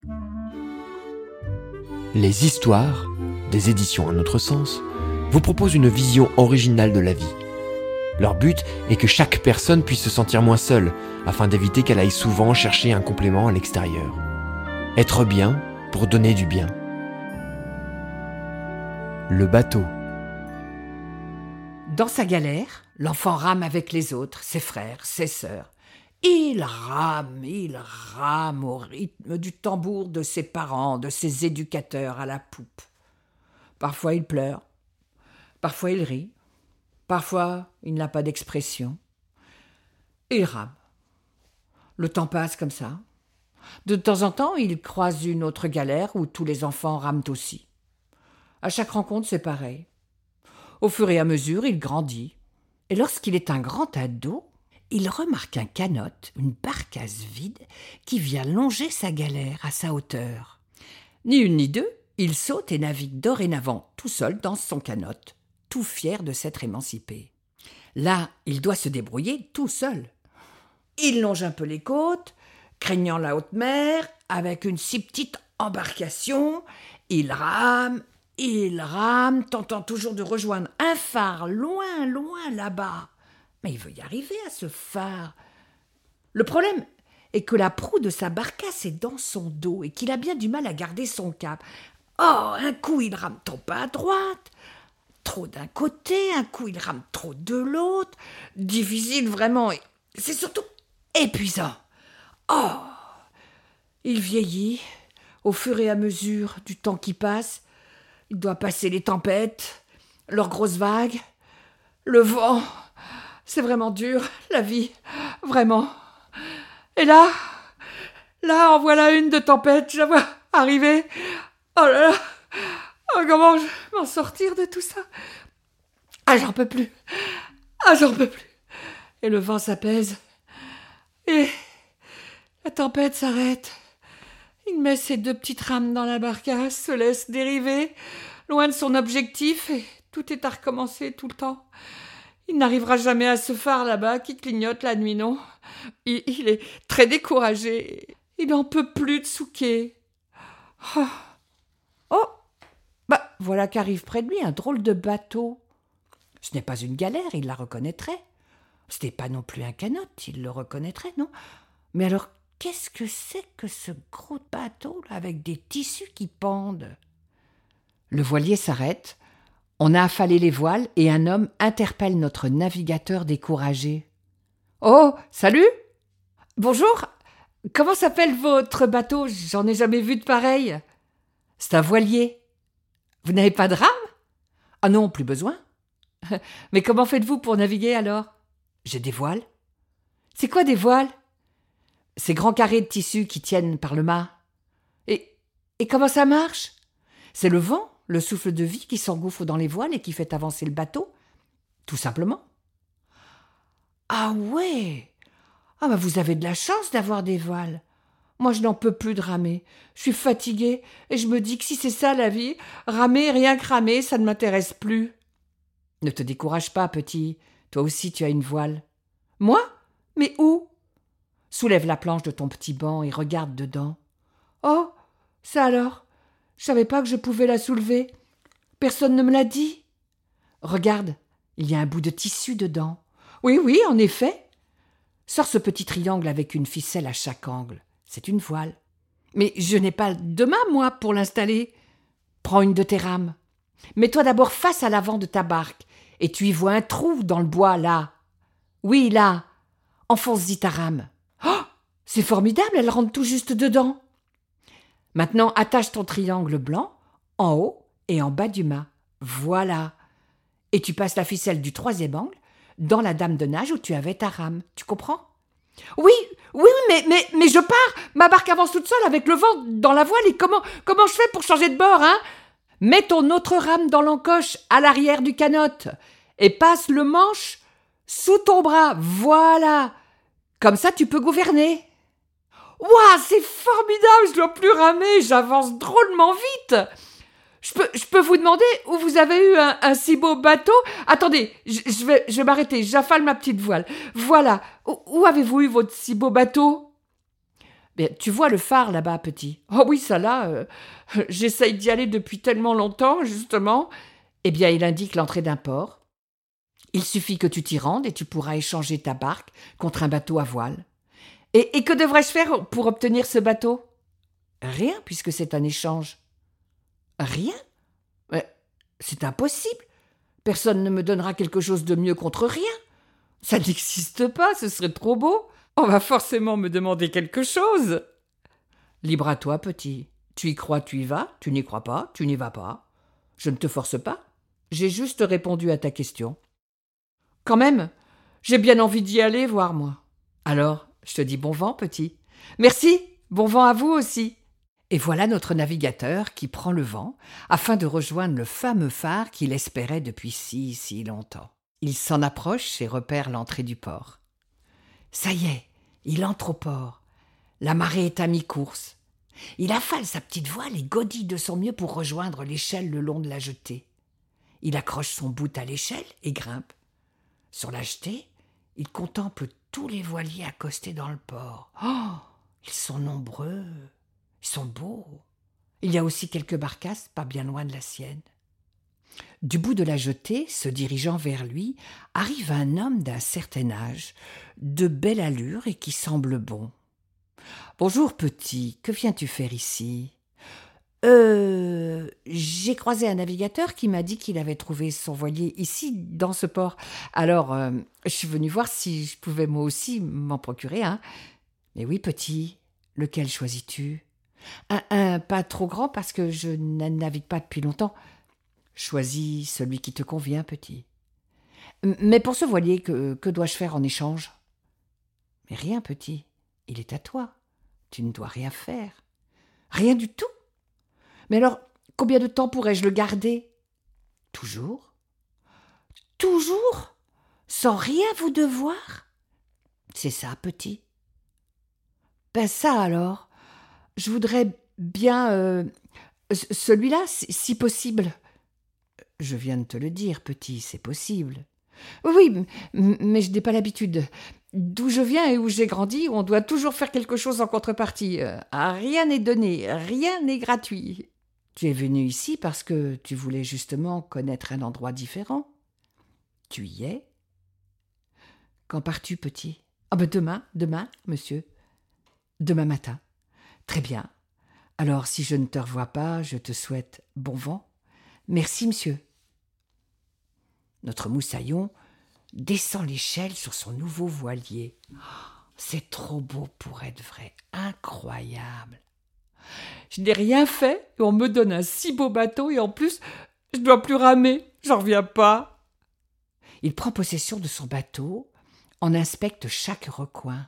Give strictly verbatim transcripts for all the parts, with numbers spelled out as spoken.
Les histoires, des éditions Un autre sens, vous proposent une vision originale de la vie. Leur but est que chaque personne puisse se sentir moins seule, afin d'éviter qu'elle aille souvent chercher un complément à l'extérieur. Être bien pour donner du bien. Le bateau. Dans sa galère, l'enfant rame avec les autres, ses frères, ses sœurs. Il rame, il rame au rythme du tambour de ses parents, de ses éducateurs à la poupe. Parfois il pleure, parfois il rit, parfois il n'a pas d'expression. Il rame. Le temps passe comme ça. De temps en temps, il croise une autre galère où tous les enfants rament aussi. À chaque rencontre, c'est pareil. Au fur et à mesure, il grandit. Et lorsqu'il est un grand ado, il remarque un canot, une barcasse vide, qui vient longer sa galère à sa hauteur. Ni une ni deux, il saute et navigue dorénavant tout seul dans son canot, tout fier de s'être émancipé. Là, il doit se débrouiller tout seul. Il longe un peu les côtes, craignant la haute mer, avec une si petite embarcation. Il rame, il rame, tentant toujours de rejoindre un phare loin, loin là-bas. Mais il veut y arriver à ce phare. Le problème est que la proue de sa barcasse est dans son dos et qu'il a bien du mal à garder son cap. Oh, un coup il rame trop à droite, trop d'un côté, un coup il rame trop de l'autre. Difficile vraiment, et c'est surtout épuisant. Oh, il vieillit au fur et à mesure du temps qui passe. Il doit passer les tempêtes, leurs grosses vagues, le vent. C'est vraiment dur, la vie, vraiment. Et là, là, en voilà une de tempête, je la vois arriver. Oh là là, oh, comment je vais m'en sortir de tout ça? Ah, j'en peux plus. Ah, j'en peux plus. Et le vent s'apaise. Et la tempête s'arrête. Il met ses deux petites rames dans la barcasse, se laisse dériver, loin de son objectif, et tout est à recommencer tout le temps. Il n'arrivera jamais à ce phare là-bas qui clignote la nuit, non. Il, il est très découragé. Il n'en peut plus de souquer. Oh. oh Bah, voilà qu'arrive près de lui un drôle de bateau. Ce n'est pas une galère, il la reconnaîtrait. Ce n'est pas non plus un canot, il le reconnaîtrait, non. Mais alors, qu'est-ce que c'est que ce gros bateau là, avec des tissus qui pendent? Le voilier s'arrête. On a affalé les voiles et un homme interpelle notre navigateur découragé. « Oh, salut ! Bonjour, comment s'appelle votre bateau? J'en ai jamais vu de pareil. »« C'est un voilier. Vous n'avez pas de rame? »« Ah non, plus besoin. »« Mais comment faites-vous pour naviguer alors? »« J'ai des voiles. »« C'est quoi des voiles? »« Ces grands carrés de tissu qui tiennent par le mât. »« Et, et comment ça marche? »« C'est le vent. Le souffle de vie qui s'engouffre dans les voiles et qui fait avancer le bateau, tout simplement. »« Ah ouais! Ah bah vous avez de la chance d'avoir des voiles. Moi je n'en peux plus de ramer. Je suis fatiguée et je me dis que si c'est ça la vie, ramer, rien que ramer, ça ne m'intéresse plus. »« Ne te décourage pas, petit. Toi aussi tu as une voile. »« Moi? Mais où? » Soulève la planche de ton petit banc et regarde dedans. « Oh, ça alors? Je savais pas que je pouvais la soulever. Personne ne me l'a dit. Regarde, il y a un bout de tissu dedans. Oui, oui, en effet. Sors ce petit triangle avec une ficelle à chaque angle. C'est une voile. Mais je n'ai pas de mât, moi, pour l'installer. Prends une de tes rames. Mets-toi d'abord face à l'avant de ta barque et tu y vois un trou dans le bois, là. Oui, là. Enfonce-y ta rame. Oh, c'est formidable, elle rentre tout juste dedans. Maintenant, attache ton triangle blanc en haut et en bas du mât. Voilà. Et tu passes la ficelle du troisième angle dans la dame de nage où tu avais ta rame. Tu comprends? Oui, oui, mais, mais, mais je pars. Ma barque avance toute seule avec le vent dans la voile. Et comment, comment je fais pour changer de bord, hein? Mets ton autre rame dans l'encoche à l'arrière du canot et passe le manche sous ton bras. Voilà. Comme ça, tu peux gouverner. Ouah, c'est formidable, je dois plus ramer, j'avance drôlement vite. Je peux, je peux vous demander où vous avez eu un, un si beau bateau? Attendez, je, je vais, je vais m'arrêter, j'affale ma petite voile. Voilà, où, où avez-vous eu votre si beau bateau? Mais tu vois le phare là-bas, petit? Oh oui, ça là, euh, j'essaye d'y aller depuis tellement longtemps, justement. Eh bien, il indique l'entrée d'un port. Il suffit que tu t'y rendes et tu pourras échanger ta barque contre un bateau à voile. Et, et que devrais-je faire pour obtenir ce bateau? Rien, puisque c'est un échange. Rien? Mais c'est impossible. Personne ne me donnera quelque chose de mieux contre rien. Ça n'existe pas, ce serait trop beau. On va forcément me demander quelque chose. Libre à toi, petit. Tu y crois, tu y vas. Tu n'y crois pas, tu n'y vas pas. Je ne te force pas. J'ai juste répondu à ta question. Quand même, j'ai bien envie d'y aller voir, moi. Alors, je te dis bon vent, petit. Merci, bon vent à vous aussi. Et voilà notre navigateur qui prend le vent afin de rejoindre le fameux phare qu'il espérait depuis si, si longtemps. Il s'en approche et repère l'entrée du port. Ça y est, il entre au port. La marée est à mi-course. Il affale sa petite voile et godille de son mieux pour rejoindre l'échelle le long de la jetée. Il accroche son bout à l'échelle et grimpe. Sur la jetée, il contemple tous les voiliers accostés dans le port. Oh, ils sont nombreux, ils sont beaux. Il y a aussi quelques barcasses pas bien loin de la sienne. Du bout de la jetée, se dirigeant vers lui, arrive un homme d'un certain âge, de belle allure et qui semble bon. « Bonjour, petit, que viens-tu faire ici ?»« Euh, j'ai croisé un navigateur qui m'a dit qu'il avait trouvé son voilier ici, dans ce port. Alors, euh, je suis venu voir si je pouvais moi aussi m'en procurer un. Mais oui, petit, lequel choisis-tu ? Un, un pas trop grand parce que je ne navigue pas depuis longtemps. Choisis celui qui te convient, petit. Mais pour ce voilier, que, que dois-je faire en échange ? Mais rien, petit, il est à toi. Tu ne dois rien faire. Rien du tout. Mais alors, combien de temps pourrais-je le garder ? Toujours ? Toujours ? Sans rien vous devoir ? C'est ça, petit. Ben ça alors, je voudrais bien euh, celui-là, si, si possible. Je viens de te le dire, petit, c'est possible. Oui, mais je n'ai pas l'habitude. D'où je viens et où j'ai grandi, on doit toujours faire quelque chose en contrepartie. Rien n'est donné, rien n'est gratuit. Tu es venu ici parce que tu voulais justement connaître un endroit différent. Tu y es. Quand pars-tu, petit ? Ah ben demain, demain, monsieur. Demain matin. Très bien. Alors, si je ne te revois pas, je te souhaite bon vent. Merci, monsieur. Notre moussaillon descend l'échelle sur son nouveau voilier. C'est trop beau pour être vrai, incroyable. Je n'ai rien fait et on me donne un si beau bateau et en plus, je ne dois plus ramer, j'en reviens pas. Il prend possession de son bateau, en inspecte chaque recoin.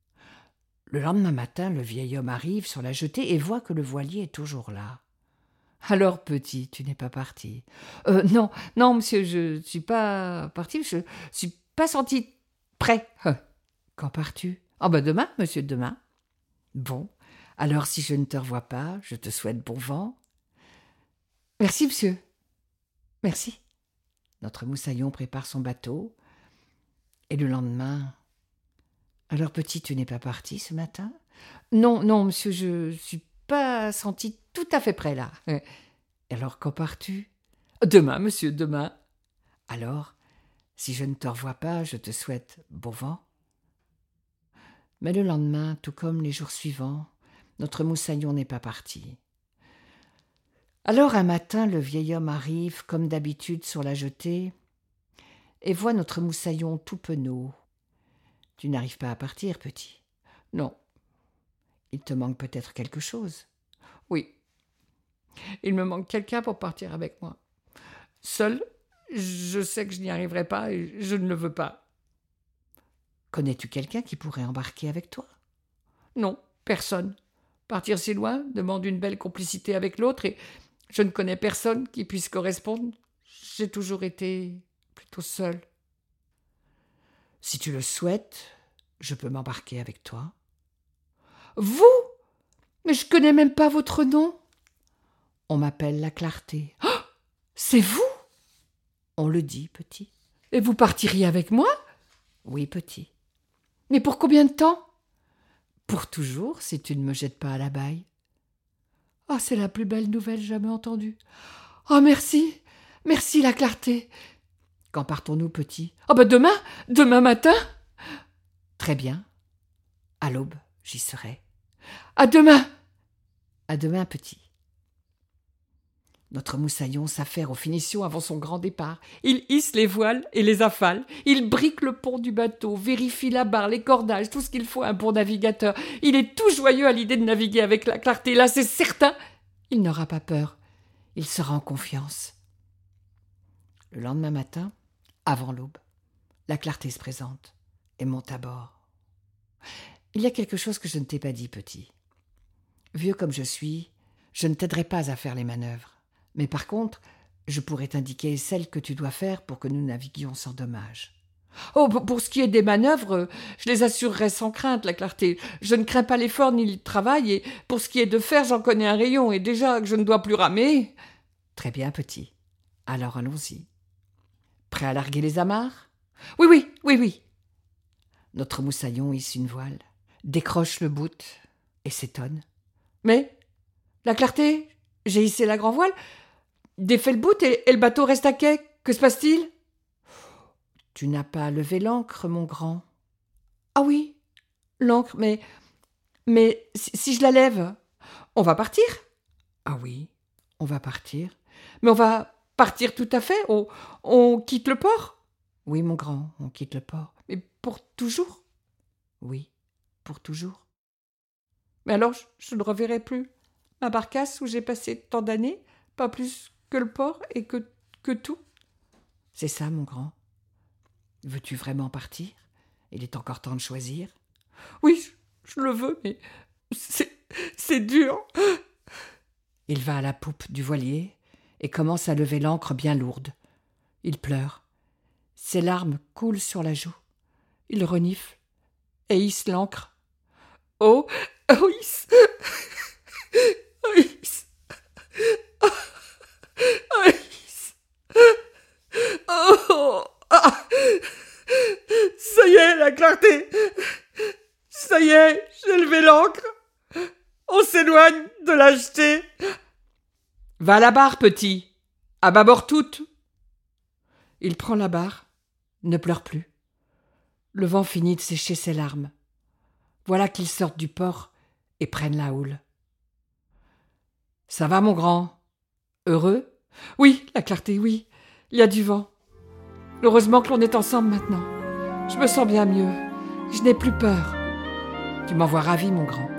Le lendemain matin, le vieil homme arrive sur la jetée et voit que le voilier est toujours là. Alors, petit, tu n'es pas parti. Euh, non, non, monsieur, je ne suis pas parti, je ne suis pas senti prêt. Quand pars-tu ? Ah ben demain, monsieur, demain. Bon, alors si je ne te revois pas, je te souhaite bon vent. Merci, monsieur. Merci. Notre moussaillon prépare son bateau. Et le lendemain... Alors, petit, tu n'es pas parti ce matin ? Non, non, monsieur, je ne suis pas senti tout à fait prêt, là. Alors, quand pars-tu ? Demain, monsieur, demain. Alors, si je ne te revois pas, je te souhaite bon vent. Mais le lendemain, tout comme les jours suivants, notre moussaillon n'est pas parti. Alors, un matin, le vieil homme arrive, comme d'habitude, sur la jetée et voit notre moussaillon tout penaud. Tu n'arrives pas à partir, petit ? Non. Il te manque peut-être quelque chose ? Oui. Il me manque quelqu'un pour partir avec moi. Seul, je sais que je n'y arriverai pas et je ne le veux pas. Connais-tu quelqu'un qui pourrait embarquer avec toi ? Non, personne. Partir si loin demande une belle complicité avec l'autre et je ne connais personne qui puisse correspondre. J'ai toujours été plutôt seule. Si tu le souhaites, je peux m'embarquer avec toi. Vous ? Mais je connais même pas votre nom. On m'appelle la Clarté. Oh, c'est vous ? On le dit, petit. Et vous partiriez avec moi ? Oui, petit. Mais pour combien de temps ? Pour toujours, si tu ne me jettes pas à la baille. Ah, oh, c'est la plus belle nouvelle jamais entendue. Oh, merci, merci la clarté. Quand partons-nous, petit? Ah, oh, ben demain, demain matin. Très bien. À l'aube, j'y serai. À demain. À demain, petit. Notre moussaillon s'affaire aux finitions avant son grand départ. Il hisse les voiles et les affale. Il brique le pont du bateau, vérifie la barre, les cordages, tout ce qu'il faut à un bon navigateur. Il est tout joyeux à l'idée de naviguer avec la clarté. Là, c'est certain. Il n'aura pas peur. Il sera en confiance. Le lendemain matin, avant l'aube, la clarté se présente et monte à bord. Il y a quelque chose que je ne t'ai pas dit, petit. Vieux comme je suis, je ne t'aiderai pas à faire les manœuvres. Mais par contre, je pourrais t'indiquer celles que tu dois faire pour que nous naviguions sans dommage. Oh, pour ce qui est des manœuvres, je les assurerai sans crainte, la clarté. Je ne crains pas l'effort ni le travail, et pour ce qui est de faire, j'en connais un rayon, et déjà que je ne dois plus ramer. Très bien, petit. Alors allons-y. Prêt à larguer les amarres? Oui, oui, oui, oui. Notre moussaillon hisse une voile, décroche le bout et s'étonne. Mais, la clarté, j'ai hissé la grand voile, défait le bout et, et le bateau reste à quai. Que se passe-t-il? Tu n'as pas levé l'ancre, mon grand. Ah oui, l'ancre, mais... Mais si, si je la lève, on va partir? Ah oui, on va partir. Mais on va partir tout à fait? On, on quitte le port? Oui, mon grand, on quitte le port. Mais pour toujours? Oui, pour toujours. Mais alors, je, je ne reverrai plus ma barcasse où j'ai passé tant d'années, pas plus que le port et que, que tout. C'est ça, mon grand. Veux-tu vraiment partir? Il est encore temps de choisir. Oui, je, je le veux, mais c'est, c'est dur. Il va à la poupe du voilier et commence à lever l'ancre bien lourde. Il pleure. Ses larmes coulent sur la joue. Il renifle et hisse l'ancre. Oh, oh, hisse, oh, hisse, oh, hisse, oh, ah. Ça y est, la clarté. Ça y est, j'ai levé l'ancre. On s'éloigne de la jetée. Va à la barre, petit. À bâbord toute. Il prend la barre, ne pleure plus. Le vent finit de sécher ses larmes. Voilà qu'ils sortent du port et prennent la houle. Ça va, mon grand? Heureux? Oui, la clarté, oui. Il y a du vent. Heureusement que l'on est ensemble maintenant. Je me sens bien mieux. Je n'ai plus peur. Tu m'en vois ravi, mon grand.